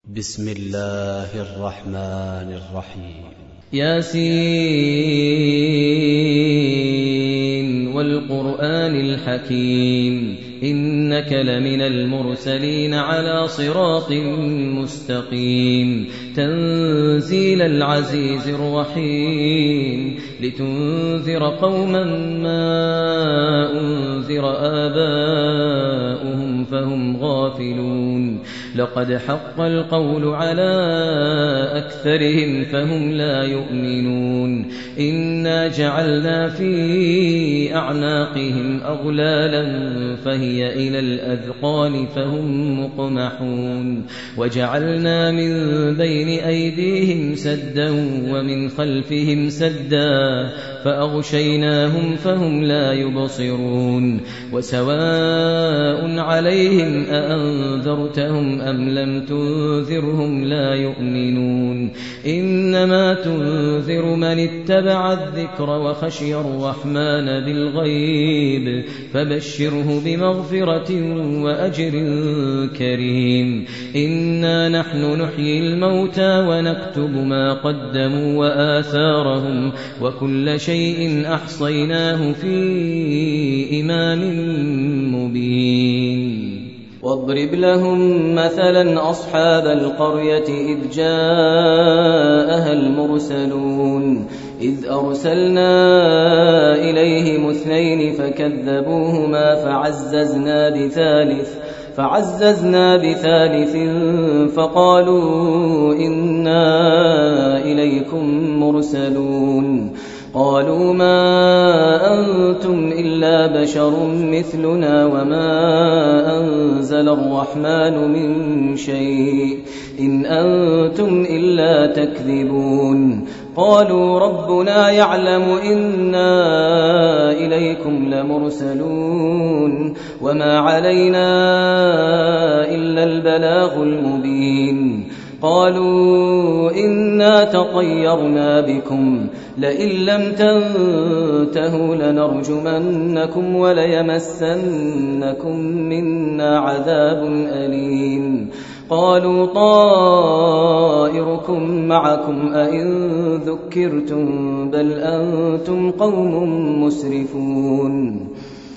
بسم الله الرحمن الرحيم ياسين والقرآن الحكيم إنك لمن المرسلين على صراط مستقيم تنزيل العزيز الرحيم لتنذر قوما ما أنذر آباؤهم فهم غافلون لقد حق القول على أكثرهم فهم لا يؤمنون إنا جعلنا في أعناقهم أغلالا فهي إلى الأذقان فهم مقمحون وجعلنا من بين أيديهم سدا ومن خلفهم سدا فأغشيناهم فهم لا يبصرون وسواء عليهم أأنذرتهم أم لم تنذرهم لا يؤمنون إنما تنذر من اتبع الذكر وخشي الرحمن بالغيب فبشره بمغفرة وأجر كريم إنا نحن نحيي الموتى ونكتب ما قدموا وآثارهم وكل شيء أحصيناه في إمام مبين واضرب لهم مثلا أصحاب القرية إذ جاءها المرسلون إذ أرسلنا إليهم اثنين فكذبوهما فعززنا بثالث فقالوا إنا إليكم مرسلون قالوا ما أنتم إلا بشر مثلنا وما أنزل الرحمن من شيء إن أنتم إلا تكذبون قالوا ربنا يعلم إنا إليكم لمرسلون وما علينا إلا البلاغ المبين قالوا إنا تطيرنا بكم لئن لم تنتهوا لنرجمنكم وليمسنكم منا عذاب أليم قالوا طائركم معكم أئن ذكرتم بل أنتم قوم مسرفون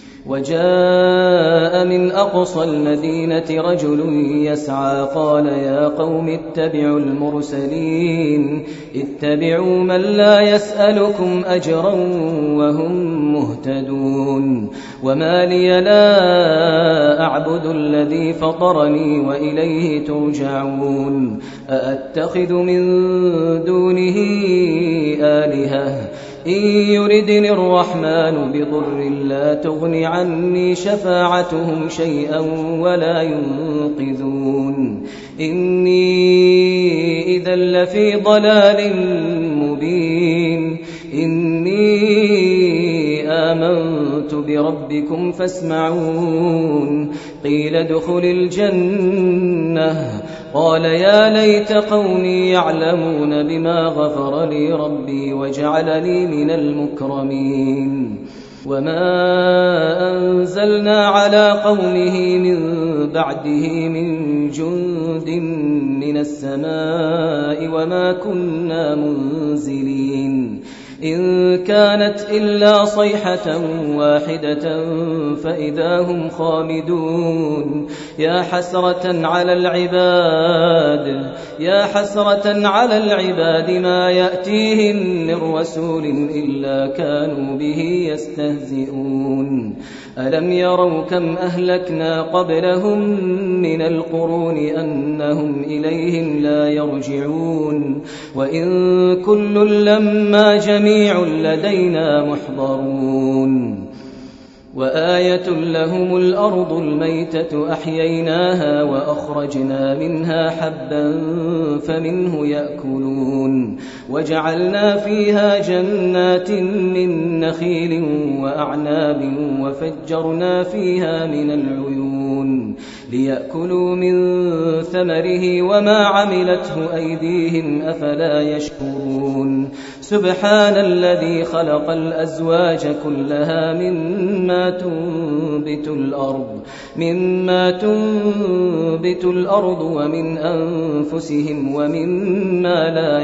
وجاء من أقصى المدينة رجل يسعى قال يا قوم اتبعوا المرسلين اتبعوا من لا يسألكم أجرا وهم مهتدون وما لي لا أعبد الذي فطرني وإليه ترجعون أأتخذ من دونه آلهة إن يردني الرحمن بضر لا تغن عني شفاعتهم شيئا ولا ينقذون إني إذا لفي ضلال مبين إني آمنت بربكم فاسمعون قيل ادخل الجنة قال يا ليت قومي يعلمون بما غفر لي ربي وجعلني من المكرمين وما أنزلنا على قومه من بعده من جند من السماء وما كنا منزلين إن كانت إلا صيحة واحدة فإذا هم خامدون يا حسرة على العباد ما يأتيهم من رسول إلا كانوا به يستهزئون ألم يروا كم أهلكنا قبلهم من القرون أنهم إليهم لا يرجعون وإن كل لما جميع لدينا محضرون وآية لهم الأرض الميتة أحييناها وأخرجنا منها حبا فمنه يأكلون وجعلنا فيها جنات من نخيل وأعناب وفجرنا فيها من العيون ليأكلوا من ثمره وما عملته أيديهم أفلا يشكرون سبحان الذي خلق الأزواج كلها مما تنبت الأرض ومن أنفسهم ومما لا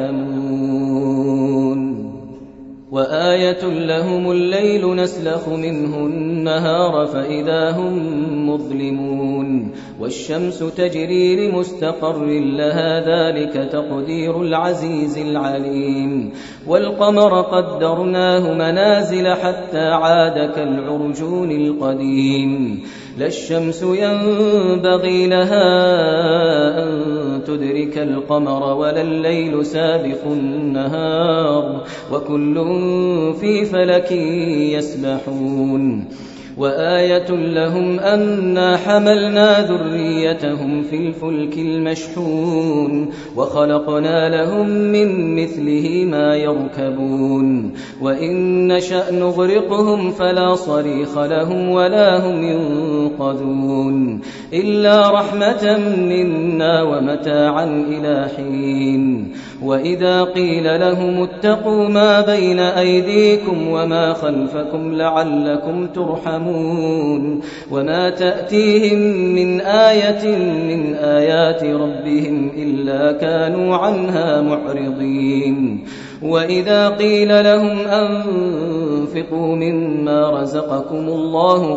يعلمون وآية لهم الليل نسلخ منه النهار فإذا هم مظلمون والشمس تجري لمستقر لها ذلك تقدير العزيز العليم والقمر قدرناه منازل حتى عاد كالعرجون القديم لا الشمس ينبغي لها أن تدرك القمر ولا الليل سابق النهار وكل في فلك يسبحون وآية لهم أنا حملنا ذريتهم في الفلك المشحون وخلقنا لهم من مثله ما يركبون وإن نشأ نغرقهم فلا صريخ لهم ولا هم ينقذون إلا رحمة منا ومتاعا إلى حين وإذا قيل لهم اتقوا ما بين أيديكم وما خلفكم لعلكم ترحمون وما تأتيهم من آية من آيات ربهم إلا كانوا عنها معرضين وإذا قيل لهم أنفقوا مما رزقكم الله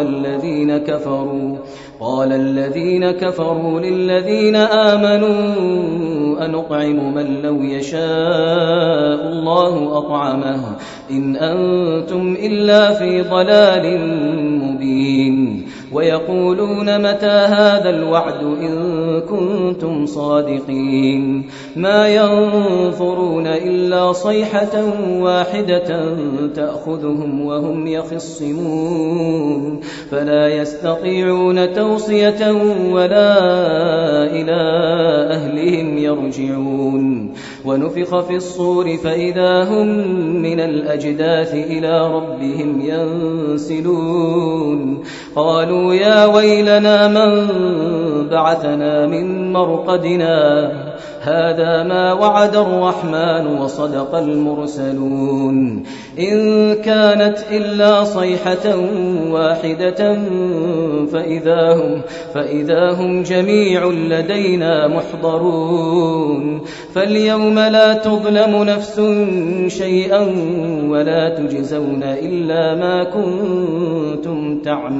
قال الذين كفروا للذين آمنوا أنطعم من لو يشاء الله أطعمه إن أنتم إلا في ضلال مبين ويقولون متى هذا الوعد إن كنتم صادقين ما ينظرون إلا صيحة واحدة تأخذهم وهم يخصمون فلا يستطيعون توصية ولا إلى أهلهم يرجعون ونفخ في الصور فإذا هم من الأجداث إلى ربهم ينسلون قالوا يا ويلنا من بعثنا من مرقدنا هذا ما وعد الرحمن وصدق المرسلون إن كانت إلا صيحة واحدة فإذا هم جميع لدينا محضرون فاليوم لا تظلم نفس شيئا ولا تجزون إلا ما كنتم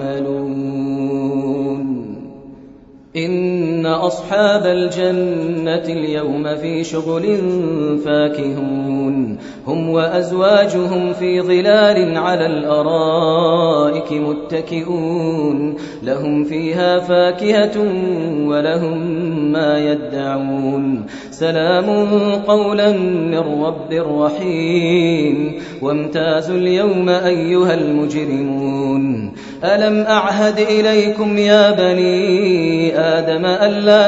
تعملون إن أصحاب الجنة اليوم في شغل فاكهون هم وأزواجهم في ظلال على الأرائك متكئون لهم فيها فاكهة ولهم ما يدعون سلام قولا من رب رحيم وامتازوا اليوم أيها المجرمون ألم أعهد إليكم يا بني آدم ألا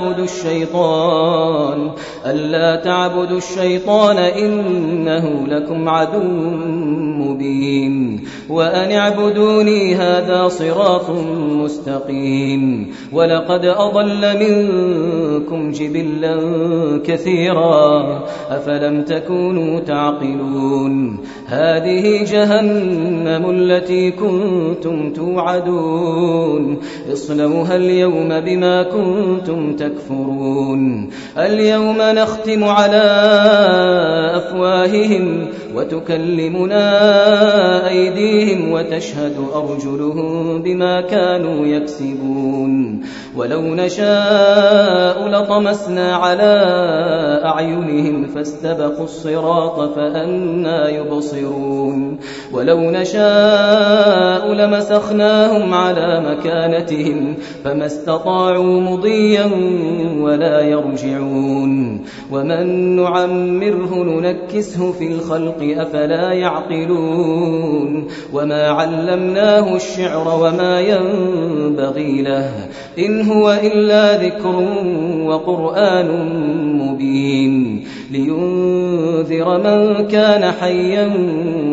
تعبدوا الشيطان إنه لكم عدو مبين وأن اعبدوني هذا صراط مستقيم ولقد أضل منكم جبلا كثيرا أفلم تكونوا تعقلون هذه جهنم التي كنتم توعدون اصلوها اليوم بما كنتم تكفرون اليوم نختم على أفواههم وتكلمنا أيديهم وتشهد أرجلهم بما كانوا يكسبون ولو نشاء لطمسنا على أعينهم فاستبقوا الصراط فأنى يبصرون ولو نشاء لمسخناهم على مكانتهم فما استطاعوا مضيا ولا يرجعون ومن نعمره ننكسه في الخلق أفلا يعقلون وما علمناه الشعر وما ينبغي له إن هو إلا ذكر وقرآن مبين لينذر من كان حيا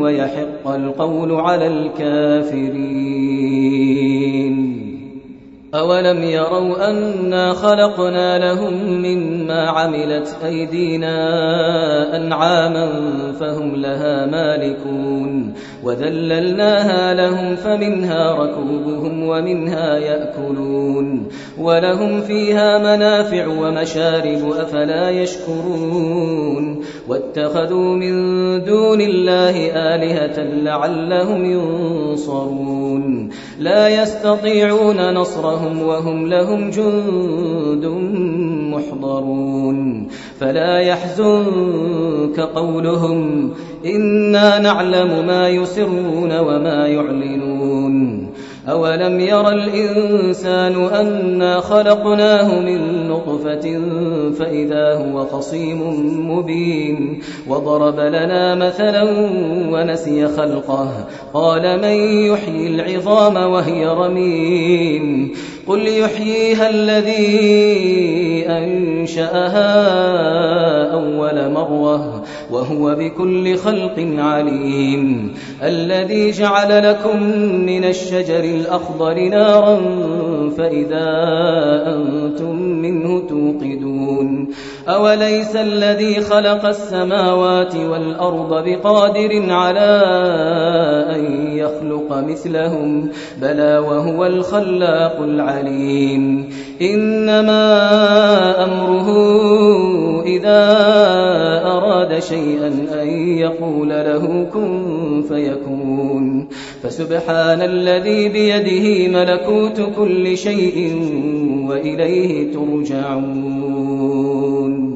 ويحق القول على الكافرين أولم يروا أنا خلقنا لهم مما عملت أيدينا أنعاما فهم لها مالكون وذللناها لهم فمنها ركوبهم ومنها يأكلون ولهم فيها منافع ومشارب أفلا يشكرون واتخذوا من دون الله آلهة لعلهم ينصرون لا يستطيعون نصرهم وهم لهم جند محضرون فلا يحزنك قولهم إنا نعلم ما يسرون وما يعلنون أولم ير الإنسان أنا خلقناه من نطفة فإذا هو خصيم مبين وضرب لنا مثلا ونسي خلقه قال من يحيي العظام وهي رميم قل يحييها الذي أنشأها أول مرة وهو بكل خلق عليم الذي جعل لكم من الشجر الأخضر نارا فإذا أنتم منه توقدون أوليس الذي خلق السماوات والأرض بقادر على أن يخلق مثلهم بلى وهو الخلاق العليم إنما أمره إذا أراد شيئا أن يقول له كن فيكون فسبحان الذي بيده ملكوت كل شيء وإليه ترجعون